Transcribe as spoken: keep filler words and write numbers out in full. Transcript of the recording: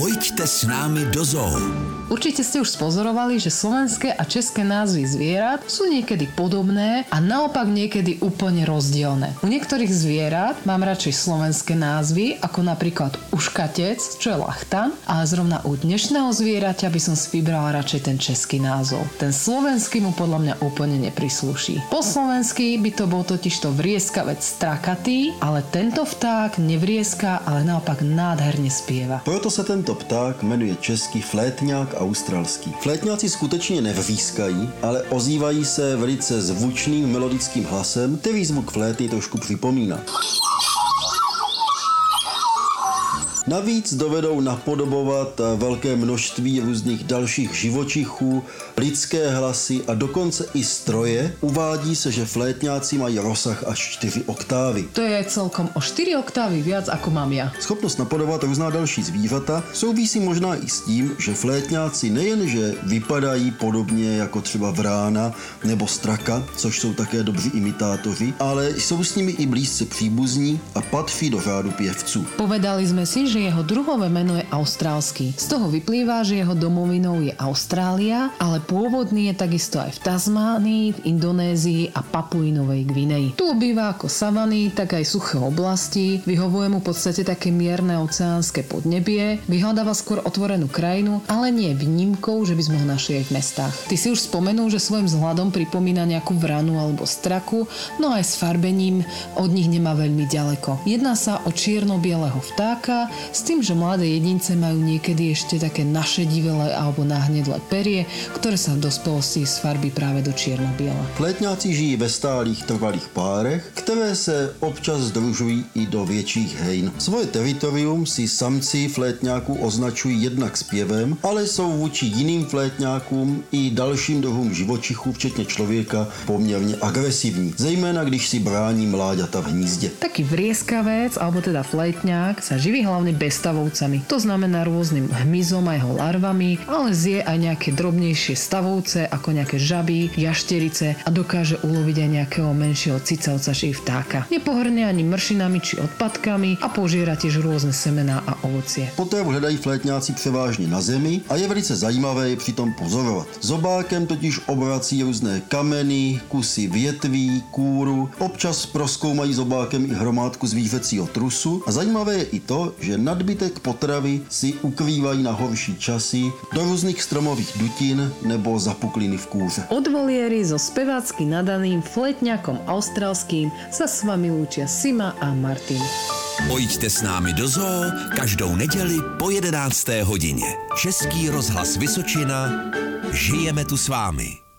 Pojďte s námi do zoo. Určite ste už spozorovali, že slovenské a české názvy zvierat sú niekedy podobné a naopak niekedy úplne rozdielne. U niektorých zvierat mám radšej slovenské názvy, ako napríklad uškatec, čo je lachtan, ale zrovna u dnešného zvieraťa by som si vybrala radšej ten český názov. Ten slovenský mu podľa mňa úplne neprislúší. Po slovensky by to bol totižto vrieskavec strakatý, ale tento vták nevrieska, ale naopak nádherne spieva. Proto se tento pták jmenuje český flétňák australský. Flétňáci skutečně nevřískají, ale ozývají se velice zvučným melodickým hlasem, který zvuk flétny trošku připomíná. Navíc dovedou napodobovat velké množství různých dalších živočichů, lidské hlasy a dokonce i stroje. Uvádí se, že flétňáci mají rozsah až čtyři oktávy. To je celkom o štyri oktávy viac ako mám ja. Schopnost napodobovat různá další zvířata souvisí možná i s tím, že flétňáci nejenže vypadají podobně jako třeba vrána nebo straka, což jsou také dobří imitátoři, ale jsou s nimi i blízce příbuzní a patří do řádu pěvců. Povedali sme si, že jeho druhové meno je austrálsky. Z toho vyplýva, že jeho domovinou je Austrália, ale pôvodný je takisto aj v Tasmánii, v Indonézii a Papuinovej Gvineji. Tu obýva ako savany, tak aj suché oblasti, vyhovuje mu v podstate také mierne oceánske podnebie, vyhľadáva skôr otvorenú krajinu, ale nie výnimkou, že by sme ho našli aj v mestách. Ty si už spomenul, že svojim vzhľadom pripomína nejakú vranu alebo straku, no aj s farbením od nich nemá veľmi ďaleko. Jedná sa o čierno-bieleho vtáka, s tým, že mladé jedince majú niekedy ešte také našedivelé alebo nahnedlé perie, ktoré sa v dospelosti sfarbí práve do čierno-biela. Flétňáci žijí ve stálých trvalých párech, které se občas združují i do větších hejn. Svoje teritorium si samci flétňáků označují jednak zpěvem, ale jsou vůči jiným flétňákům i dalším druhům živočichů, včetně člověka, poměrně agresivní, zejména když si brání mláďata v hnízdě. Taký vrieskavec, alebo teda flétňák, sa živí hlavne bezstavovcami. To znamená rôznym hmyzom a jeho larvami, ale zje aj nejaké drobnejšie stavovce, ako nejaké žaby, jašterice a dokáže uloviť aj nejakého menšieho cicavca či vtáka. Nepohrne ani mršinami či odpadkami a požiera tiež rôzne semená a ovocie. Potravu hledají flétňáci převážně na zemi a je velice zajímavé je přitom pozorovat. Zobákem totiž obrací různé kameny, kusy větví, kůru, občas prozkoumají zobákem i hromádku zvířecího trusu a zajímavé je i to, že nadbytek potravy si ukrývají na horší časy do různých stromových dutin nebo zapukliny v kůře. Od voliéry so spevácky nadaným flétňakom australským sa s vami lúčia Sima a Martin. Pojďte s námi do zoo každou neděli po jedenácté hodině. Český rozhlas Vysočina. Žijeme tu s vámi.